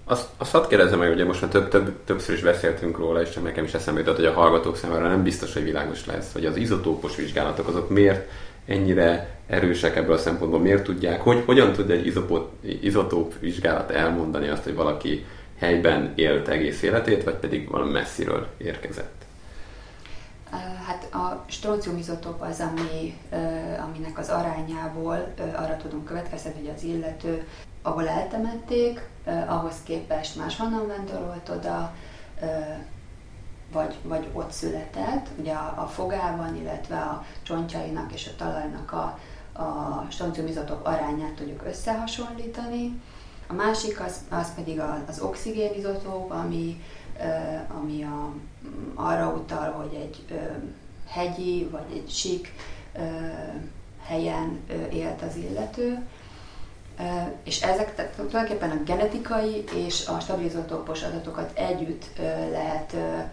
Azt, azt hadd kérdezzem meg, ugye most már több, több, többször is beszéltünk róla, és csak nekem is eszembe jutott, hogy a hallgatók számára nem biztos, hogy világos lesz, hogy az izotópos vizsgálatok azok miért ennyire erősek ebből a szempontból, miért tudják, hogy hogyan tud egy izopot, izotóp vizsgálat elmondani azt, hogy valaki helyben élt egész életét, vagy pedig valami messziről érkezett? Hát a stróncium izotóp az, ami, aminek az arányából arra tudunk következtetni, hogy az illető, ahol eltemették, ahhoz képest máshonnan vándorolt oda, vagy, vagy ott született. Ugye a, a fogában, illetve a csontjainak és a talajnak a, a stróncium izotóp arányát tudjuk összehasonlítani. A másik az, az pedig az oxigén izotóp, ami, ami a, arra utal, hogy egy hegyi vagy egy sík helyen élt az illető. És ezek tehát tulajdonképpen a genetikai és a stabilizotópos adatokat együtt lehet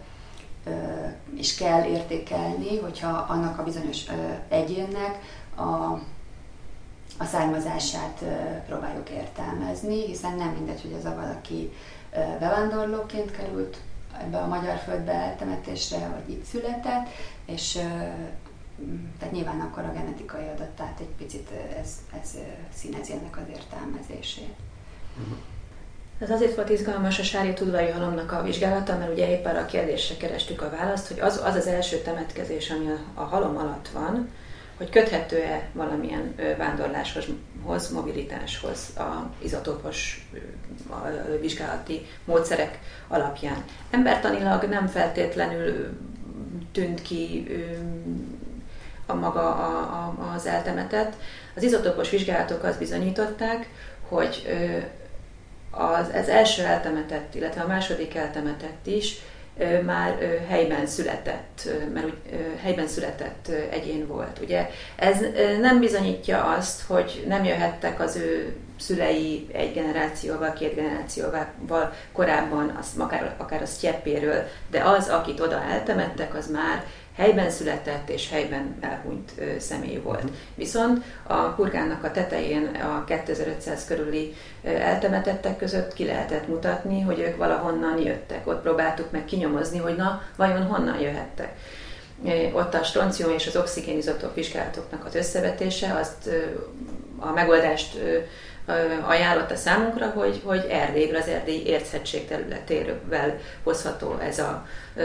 és kell értékelni, hogyha annak a bizonyos egyénnek a a származását próbáljuk értelmezni, hiszen nem mindegy, hogy az a valaki bevándorlóként került ebbe a magyar földbe eltemetésre, vagy itt született, és tehát nyilván akkor a genetikai adattát egy picit ez, ez színezi ennek az értelmezését. Ez azért volt izgalmas a sárjét udvari halomnak a vizsgálata, mert ugye épp arra a kérdésre kerestük a választ, hogy az az, az első temetkezés, ami a, a halom alatt van, hogy köthető-e valamilyen vándorláshoz, mobilitáshoz az izotópos vizsgálati módszerek alapján. Embertanilag nem feltétlenül tűnt ki a maga a, a, az eltemetett. Az izotópos vizsgálatok azt bizonyították, hogy az, az első eltemetett, illetve a második eltemetett is már helyben született, mert úgy helyben született egyén volt. Ugye ez nem bizonyítja azt, hogy nem jöhettek az ő szülei egy generációval, két generációval korábban, az, akár, akár a sztyeppéről, de az, akit oda eltemettek, az már helyben született és helyben elhunyt ö, személy volt. Viszont a kurgánnak a tetején a kétezer-ötszáz körüli ö, eltemetettek között ki lehetett mutatni, hogy ők valahonnan jöttek. Ott próbáltuk meg kinyomozni, hogy na, vajon honnan jöhettek. Ott a stroncium és az oxigén izotóp vizsgálatoknak az összevetése azt ö, a megoldást ö, ajánlotta számunkra, hogy, hogy Erdélyből, az erdélyi érchegység területéről hozható ez a ö,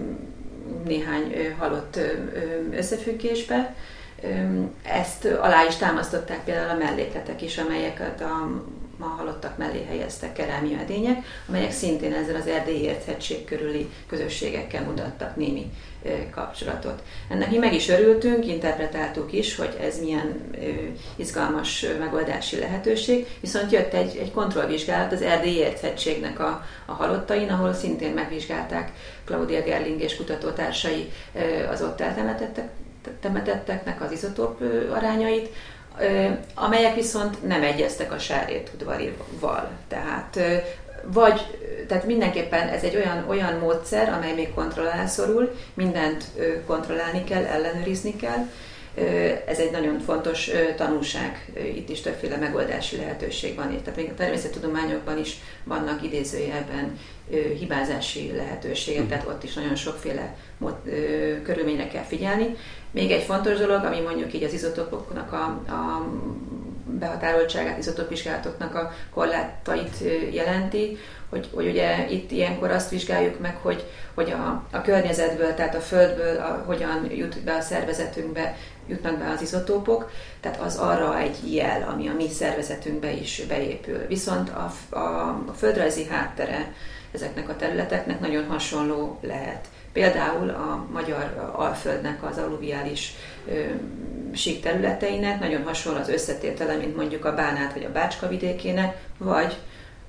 néhány halott összefüggésbe. Ezt alá is támasztották például a mellékletek is, amelyeket a, a halottak mellé helyeztek kerámia edények, amelyek szintén ezzel az erdélyi érchegység körüli közösségekkel mutattak némi kapcsolatot. Ennek mi meg is örültünk, interpretáltuk is, hogy ez milyen izgalmas megoldási lehetőség, viszont jött egy, egy kontrollvizsgálat az erdélyi érchegységnek a, a halottain, ahol szintén megvizsgálták Claudia Gerling és kutatótársai az ott eltemetetteknek az izotóp arányait, amelyek viszont nem egyeztek a sárjét udvarival. Tehát vagy, tehát mindenképpen ez egy olyan, olyan módszer, amely még kontrollálni szorul, mindent kontrollálni kell, ellenőrizni kell. Ez egy nagyon fontos tanulság, itt is többféle megoldási lehetőség van. Tehát még a természettudományokban is vannak idézőjelben hibázási lehetőségek, tehát ott is nagyon sokféle mód, körülményre kell figyelni. Még egy fontos dolog, ami mondjuk így az izotópoknak a, a behatároltságát, izotópvizsgálatoknak a korlátait jelenti, hogy, hogy ugye itt ilyenkor azt vizsgáljuk meg, hogy, hogy a, a környezetből, tehát a földből a, hogyan jut be a szervezetünkbe, jutnak be az izotópok, tehát az arra egy jel, ami a mi szervezetünkbe is beépül. Viszont a, a, a földrajzi háttere ezeknek a területeknek nagyon hasonló lehet. Például a magyar Alföldnek az alluviális sík területeinek nagyon hasonló az összetétele, mint mondjuk a Bánát vagy a Bácska vidékének, vagy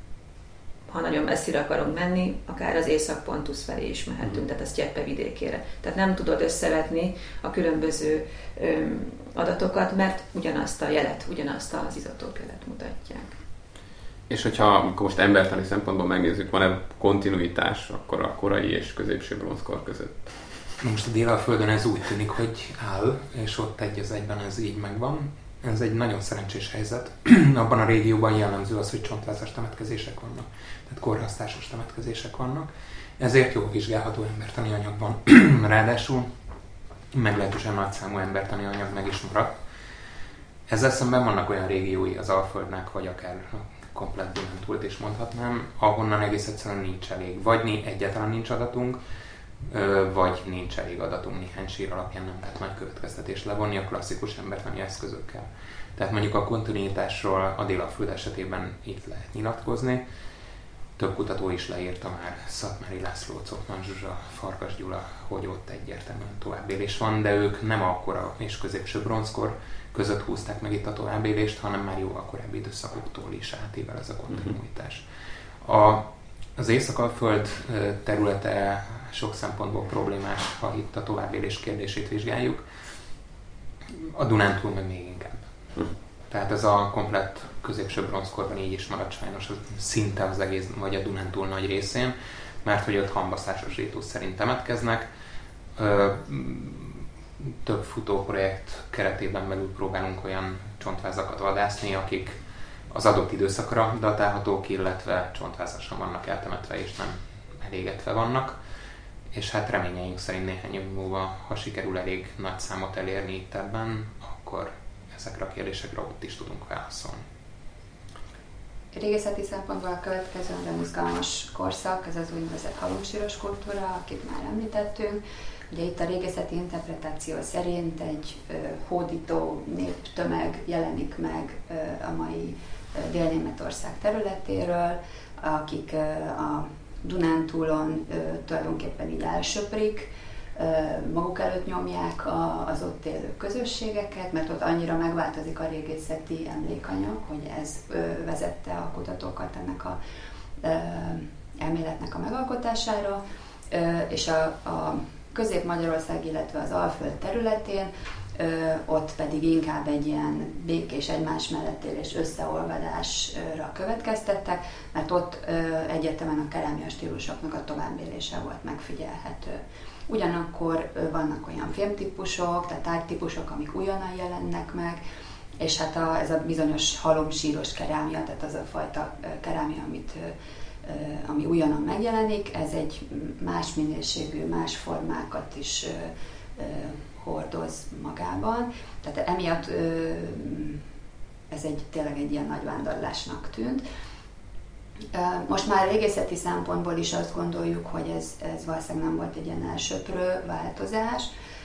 ha nagyon messzire akarunk menni, akár az Észak-Pontus felé is mehetünk, tehát a Sztyeppe vidékére. Tehát nem tudod összevetni a különböző adatokat, mert ugyanazt a jelet, ugyanazt az izotópjelet mutatják. És hogyha most embertani szempontból megnézzük, van-e kontinuitás akkor a korai és középső bronzkor között? Most a Délalföldön ez úgy tűnik, hogy áll, és ott egy az egyben ez így megvan. ez egy nagyon szerencsés helyzet. Abban a régióban jellemző az, hogy csontvázas temetkezések vannak, tehát kórháztásos temetkezések vannak. Ezért jól vizsgálható embertani anyag van. Ráadásul meglehetősen nagyszámú embertani anyag meg is maradt. Ezzel szemben vannak olyan régiói az Alföldnek, vagy akár komplett Dunántúlt is mondhatnám, ahonnan egész egyszerűen nincs elég. Vagy egyáltalán nincs adatunk, vagy nincs elég adatunk, néhány sír alapján nem lehet nagy következtetést levonni a klasszikus embertani eszközökkel. Tehát mondjuk a kontinuitásról a Dél-Föld esetében itt lehet nyilatkozni. Több kutató is leírta már, Szatmári László, Cokman Zsuzsa, Farkas Gyula, hogy ott egyértelműen továbbélés van, de ők nem akkora és középső bronzkor között húzták meg itt a továbbélést, hanem már jóval korábbi időszakoktól is átível ez a kontinuitás. A, az Észak-Alföld területe sok szempontból problémás, ha itt a továbbélés kérdését vizsgáljuk. A Dunántúl meg még inkább. Tehát ez a komplett középső bronzkorban így is maradt sajnos szinte az egész, vagy a Dunántúl nagy részén, mert hogy ott hamvasztásos rítus szerint temetkeznek. Több futóprojekt keretében belül próbálunk olyan csontvázakat vadászni, akik az adott időszakra datálhatók, illetve csontvázasan vannak eltemetve és nem elégetve vannak. És hát reményeink szerint néhány év múlva, ha sikerül elég nagy számot elérni itt ebben, akkor ezekre a kérdésekre ott is tudunk válaszolni. Régészeti szempontból a következő nagyon izgalmas korszak, ez az úgynevezett halomsíros kultúra, akit már említettünk. Ugye itt a régészeti interpretáció szerint egy ö, hódító néptömeg jelenik meg ö, a mai ö, Dél-Németország területéről, akik ö, a Dunántúlon ö, tulajdonképpen így elsöprik, ö, maguk előtt nyomják a, az ott élő közösségeket, mert ott annyira megváltozik a régészeti emlékanyag, hogy ez ö, vezette a kutatókat ennek a ö, elméletnek a megalkotására, ö, és a, a Közép-Magyarország, illetve az Alföld területén, ö, ott pedig inkább egy ilyen békés egymás mellett élés összeolvadásra következtettek, mert ott ö, egyértelműen a kerámia stílusoknak a továbbélése volt megfigyelhető. Ugyanakkor ö, vannak olyan filmtípusok, tehát tárgytípusok, amik újonnan jelennek meg, és hát a, ez a bizonyos halomsíros kerámia, tehát az a fajta ö, kerámia, amit ö, ami újonnan megjelenik, ez egy más minőségű, más formákat is ö, ö, hordoz magában. Tehát emiatt ö, ez egy, tényleg egy ilyen nagy vándorlásnak tűnt. Most már régészeti szempontból is azt gondoljuk, hogy ez, ez valószínűleg nem volt egy ilyen elsöprő változás.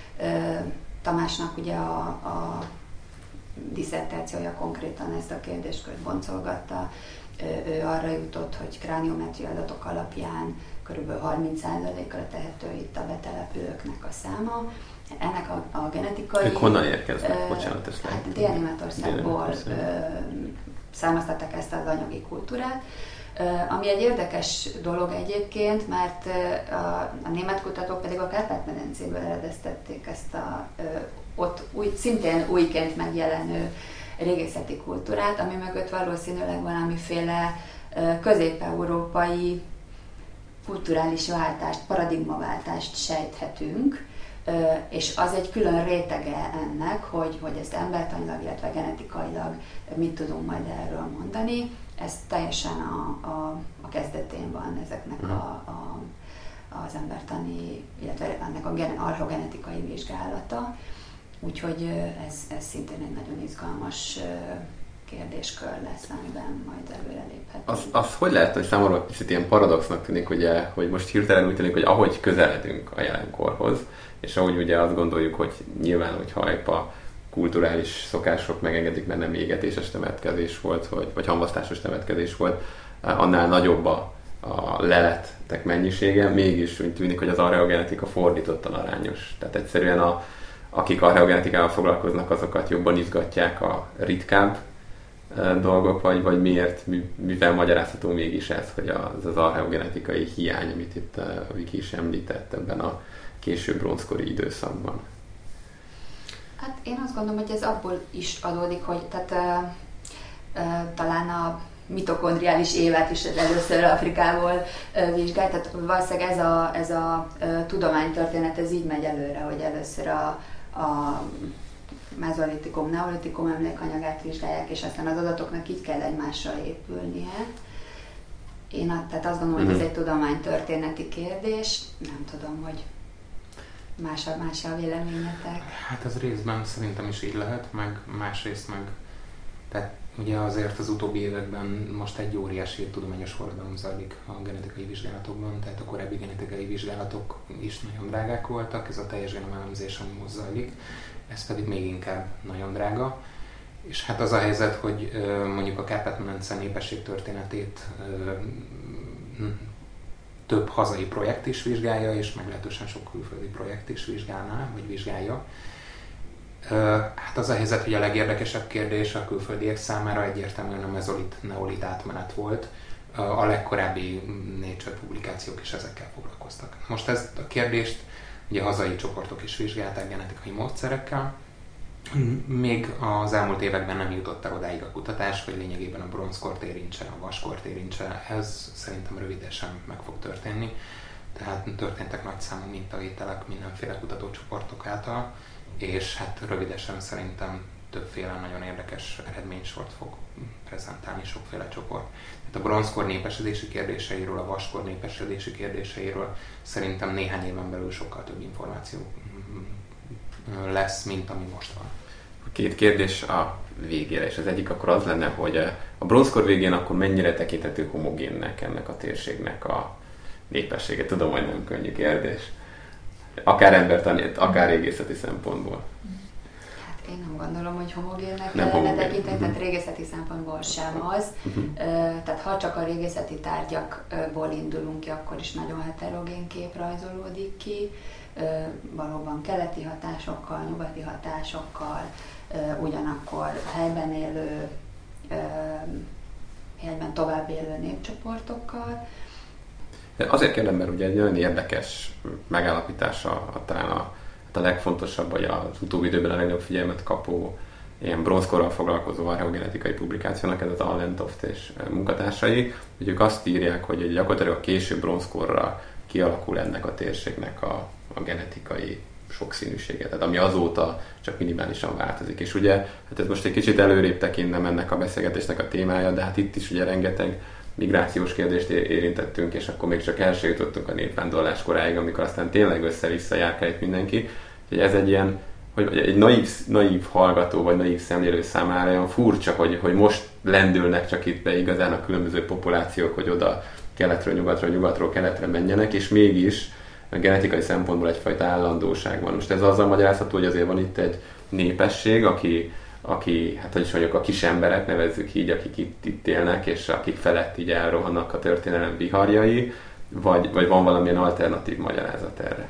Tamásnak ugye a, a disszertációja konkrétan ezt a kérdéskört boncolgatta. Ő arra jutott, hogy krániumetri adatok alapján kb. harminc százalékra tehető itt a betelepülőknek a száma. Ennek a, a genetikai... Ők honnan érkeznek? Bocsánat, ezt lehet. Hát Dél-Németországból származtatták ezt az anyagi kultúrát. Ami egy érdekes dolog egyébként, mert a, a német kutatók pedig a Kárpát-medencéből eredeztették ezt a ott új, szintén újként megjelenő régészeti kultúrát, ami mögött valószínűleg valamiféle közép-európai kulturális váltást, paradigmaváltást sejthetünk, és az egy külön rétege ennek, hogy, hogy ezt embertanilag, illetve genetikailag mit tudunk majd erről mondani. Ez teljesen a, a, a kezdetén van ezeknek a, a, az embertani, illetve ennek a gen, archeogenetikai vizsgálata. Úgyhogy ez, ez szintén egy nagyon izgalmas kérdéskör lesz, amiben majd előreléphetünk. Az, az hogy lehet, hogy számomra kicsit ilyen paradoxnak tűnik, ugye, hogy most hirtelen úgy tűnik, hogy ahogy közeledünk a jelenkorhoz, és ahogy ugye azt gondoljuk, hogy nyilván, hogyha épp a kulturális szokások megengedik, mert nem égetéses temetkezés volt, vagy, vagy hamvasztásos temetkezés volt, annál nagyobb a, a lelettek mennyisége, mégis úgy tűnik, hogy az archeogenetika fordítottan arányos. Tehát egyszerűen a akik archeogenetikával foglalkoznak, azokat jobban izgatják a ritkább dolgok, vagy, vagy miért, mivel magyarázható mégis ez, hogy az az archeogenetikai hiány, amit itt a Viki is említett ebben a késő bronzkori időszakban. Hát én azt gondolom, hogy ez abból is adódik, hogy tehát, uh, uh, talán a mitokondriális évet is először Afrikából uh, vizsgált, tehát valószínűleg ez a, ez a uh, tudománytörténet ez így megy előre, hogy először a a mezolitikum, neolitikum emlékanyagát vizsgálják, és aztán az adatoknak így kell egymással épülnie. Én tehát azt gondolom, hogy ez egy tudománytörténeti kérdés, nem tudom, hogy más a, más a véleményetek. Hát ez részben szerintem is így lehet, meg másrészt meg, tehát ugye azért az utóbbi években most egy óriási tudományos forradalom zajlik a genetikai vizsgálatokban, tehát a korábbi genetikai vizsgálatok is nagyon drágák voltak, ez a teljes genomelemzés, ami most zajlik, ez pedig még inkább nagyon drága. És hát az a helyzet, hogy mondjuk a Kárpát-medence népesség történetét több hazai projekt is vizsgálja, és meglehetősen sok külföldi projekt is vizsgálná, vagy vizsgálja. Hát az a helyzet, hogy a legérdekesebb kérdés a külföldiek számára egyértelműen a mezolit-neolit átmenet volt. A legkorábbi Nature publikációk is ezekkel foglalkoztak. Most ezt a kérdést ugye hazai csoportok is vizsgálták genetikai módszerekkel. Még az elmúlt években nem jutott el odáig a kutatás, hogy lényegében a bronzkort érintse, a vaskort érintse. Ez szerintem rövidesen meg fog történni. Tehát történtek nagyszámú mintavételek mindenféle kutatócsoportok által, és hát rövidesen szerintem többféle nagyon érdekes eredménysort fog prezentálni sokféle csoport. Tehát a bronzkor népesedési kérdéseiről, a vaskor népesedési kérdéseiről szerintem néhány éven belül sokkal több információ lesz, mint ami most van. Két kérdés a végére, és az egyik akkor az lenne, hogy a bronzkor végén akkor mennyire tekinthető homogénnek ennek a térségnek a népessége? Tudom, hogy nem könnyű kérdés. Akár embertani, akár régészeti szempontból. Hát én nem gondolom, hogy homogénnek nem kellene homogén. tekinteni, uh-huh. tehát régészeti szempontból sem az. Uh-huh. Tehát ha csak a régészeti tárgyakból indulunk ki, akkor is nagyon heterogén kép rajzolódik ki. Valóban keleti hatásokkal, nyugati hatásokkal, ugyanakkor helyben élő, helyben tovább élő népcsoportokkal. Azért kérdem, mert ugye egy nagyon érdekes megállapítása, talán a, a legfontosabb, vagy az utóbbi időben a legnagyobb figyelmet kapó ilyen bronzkorral foglalkozó archeogenetikai publikációnak, ez az Allentoft és munkatársai, hogy ők azt írják, hogy gyakorlatilag a késő bronzkorra kialakul ennek a térségnek a, a genetikai sokszínűsége, tehát ami azóta csak minimálisan változik. És ugye, hát ez most egy kicsit előrébb tekintnem ennek a beszélgetésnek a témája, de hát itt is ugye rengeteg migrációs kérdést érintettünk, és akkor még csak el se jutottunk a népvándorlás koráig, amikor aztán tényleg össze-vissza járkál itt mindenki. Úgyhogy ez egy ilyen, hogy egy naív, naív hallgató, vagy naív szemlélő számára olyan furcsa, hogy, hogy most lendülnek csak itt be igazán a különböző populációk, hogy oda keletről, nyugatról, nyugatról, keletre menjenek, és mégis a genetikai szempontból egyfajta állandóság van. Most ez azzal magyarázható, hogy azért van itt egy népesség, aki aki, hát hogy is mondjuk a kis emberek, nevezzük így, akik itt, itt élnek, és akik felett így elrohannak a történelem viharjai, vagy, vagy van valamilyen alternatív magyarázat erre?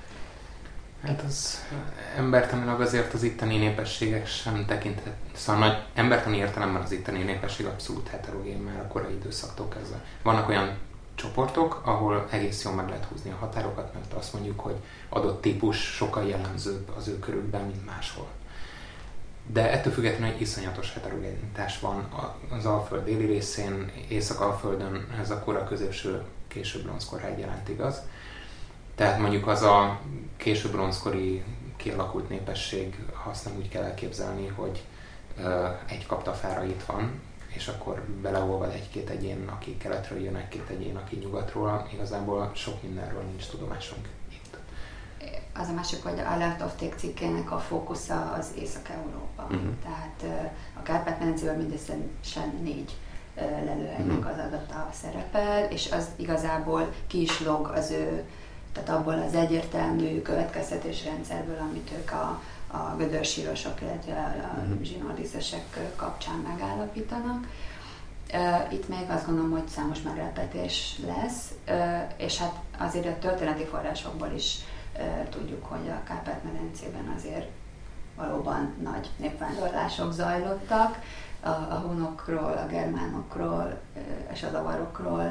Hát az embertanilag azért az itteni népességek sem tekinthet, szóval nagy embertani értelemben az itteni népesség abszolút heterogén már a korai időszaktól kezdve. Vannak olyan csoportok, ahol egész jól meg lehet húzni a határokat, mert azt mondjuk, hogy adott típus sokkal jellemzőbb az ő körükben, mint máshol. De ettől függetlenül egy iszonyatos heterogenitás van az Alföld déli részén, Észak-Alföldön ez a kora középső késő bronzkor egyaránt igaz. Tehát mondjuk az a késő bronzkori kialakult népesség, azt nem úgy kell elképzelni, hogy egy kaptafára itt van, és akkor beleolvad egy-két egyén, aki keletről jön, egy-két egyén, aki nyugatról. Igazából sok mindenről nincs tudomásunk itt. Az a másik, hogy a Alentofték cikkének a fókusza az Észak-Európa. Uh-huh. Tehát a Kárpát-medencéből mindösszesen négy lelőhelynek uh-huh. az adata szerepel, és az igazából ki is log az ő, tehát abból az egyértelmű következtetésrendszerből, amit ők a, a gödörsírosok, illetve a uh-huh. zsinórdíszesek kapcsán megállapítanak. Itt még azt gondolom, hogy számos meglepetés lesz, és hát azért a történeti forrásokból is tudjuk, hogy a Kárpát-medencében azért valóban nagy népvándorlások zajlottak. A, a hunokról, a germánokról és az avarokról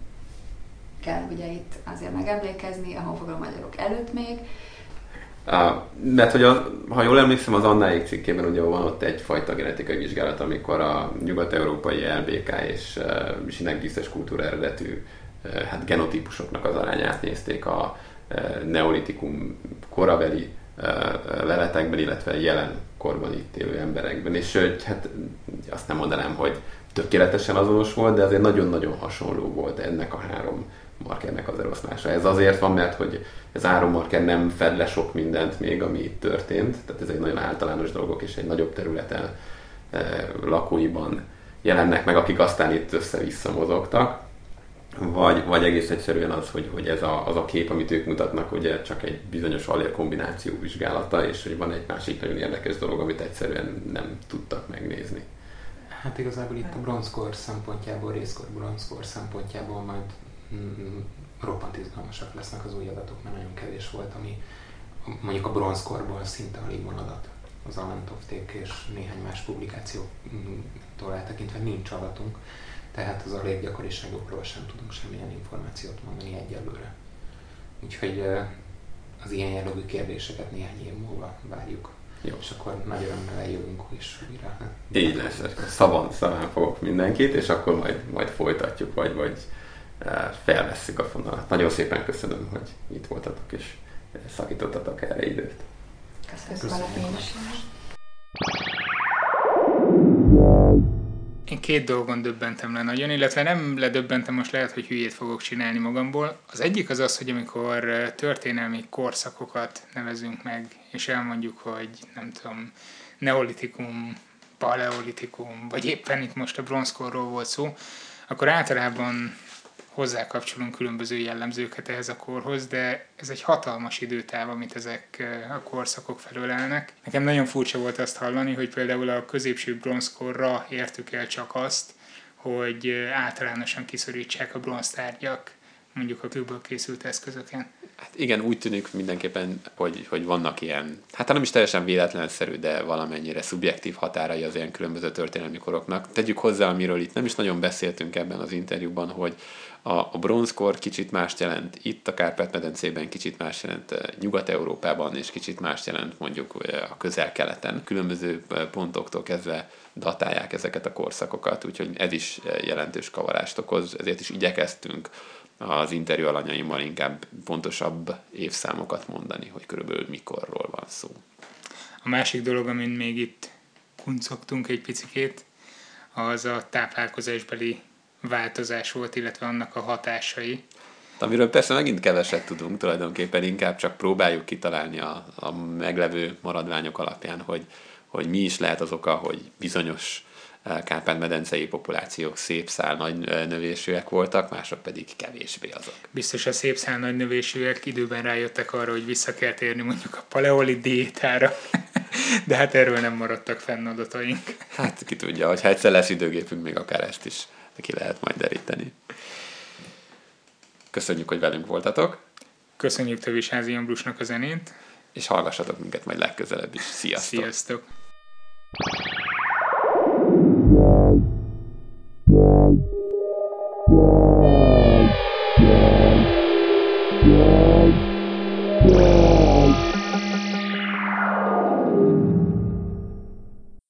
kell ugye itt azért megemlékezni, a honfoglaló magyarok előtt még. Uh, mert hogy a, ha jól emlékszem, az Annáék cikkében ugye van ott egyfajta genetikai vizsgálat, amikor a nyugat-európai el bé ká és uh, sinekdíszes kultúra eredetű uh, hát genotípusoknak az arányát nézték a uh, neolitikum korabeli uh, leletekben, illetve jelen korban itt élő emberekben. És hát azt nem mondanám, hogy tökéletesen azonos volt, de azért nagyon-nagyon hasonló volt ennek a három markernek az eloszlása. Ez azért van, mert hogy ez három marker nem fed le sok mindent még, ami itt történt, tehát ez egy nagyon általános dolgok, és egy nagyobb területen e, lakóiban jelennek meg, akik aztán itt össze-vissza mozogtak. Vagy, vagy egész egyszerűen az, hogy, hogy ez a, az a kép, amit ők mutatnak, ugye csak egy bizonyos allér kombináció vizsgálata, és hogy van egy másik nagyon érdekes dolog, amit egyszerűen nem tudtak megnézni. Hát igazából itt a bronzkor szempontjából, részkor bronzkor szempontjából majd mm, roppant izgalmasak lesznek az új adatok, mert nagyon kevés volt, ami mondjuk a bronzkorból szinte alig van adat. Az Alentofték és néhány más publikációtól eltekintve nincs adatunk, tehát az allér gyakoriságokról sem tudunk semmilyen információt mondani egyelőre. Úgyhogy az ilyen jellegű kérdéseket néhány év múlva várjuk. Jó. És akkor nagy örömmel eljövünk is újra. Így lesz, szavon, szaván fogok mindenkit, és akkor majd, majd folytatjuk, vagy, vagy felvesszük a fonalat. Nagyon szépen köszönöm, hogy itt voltatok, és szakítottatok erre időt. Köszönöm. Köszönöm. Én két dolgon döbbentem le nagyon, illetve nem ledöbbentem, most lehet, hogy hülyét fogok csinálni magamból. Az egyik az az, hogy amikor történelmi korszakokat nevezünk meg, és elmondjuk, hogy nem tudom, neolitikum, paleolitikum, vagy éppen itt most a bronzkorról volt szó, akkor általában hozzákapcsolunk különböző jellemzőket ehhez a korhoz, de ez egy hatalmas időtáv, amit ezek a korszakok felölelnek. Nekem nagyon furcsa volt azt hallani, hogy például a középső bronzkorra értük el csak azt, hogy általánosan kiszorítsák a bronztárgyak, mondjuk a kőből készült eszközöken. Hát igen, úgy tűnik mindenképpen, hogy, hogy vannak ilyen, hát nem is teljesen véletlenszerű, de valamennyire szubjektív határai az ilyen különböző történelmi koroknak. Tegyük hozzá, amiről itt nem is nagyon beszéltünk ebben az interjúban, hogy a, a bronzkor kicsit mást jelent itt a Kárpát-medencében, kicsit más jelent Nyugat-Európában, és kicsit mást jelent mondjuk a Közel-Keleten. Különböző pontoktól kezdve datálják ezeket a korszakokat, úgyhogy ez is jelentős kavarást okoz, ezért is igyekeztünk az interjú alanyaimmal inkább pontosabb évszámokat mondani, hogy körülbelül mikorról van szó. A másik dolog, amin még itt kuncogtunk egy picikét, az a táplálkozásbeli változás volt, illetve annak a hatásai. Amiről persze megint keveset tudunk, tulajdonképpen inkább csak próbáljuk kitalálni a, a meglevő maradványok alapján, hogy, hogy mi is lehet az oka, hogy bizonyos Kárpát-medencei populációk szép szál nagy növésűek voltak, mások pedig kevésbé azok. Biztos a szép szál nagy növésűek időben rájöttek arra, hogy vissza kell térni mondjuk a paleolit diétára, de hát erről nem maradtak fenn adataink. Hát ki tudja, hogy ha egyszer lesz időgépünk, még akár ezt is ki lehet majd deríteni. Köszönjük, hogy velünk voltatok. Köszönjük Tövisházi Ambrusnak a zenét. És hallgassatok minket majd legközelebb is. Sziasztok! Sziasztok!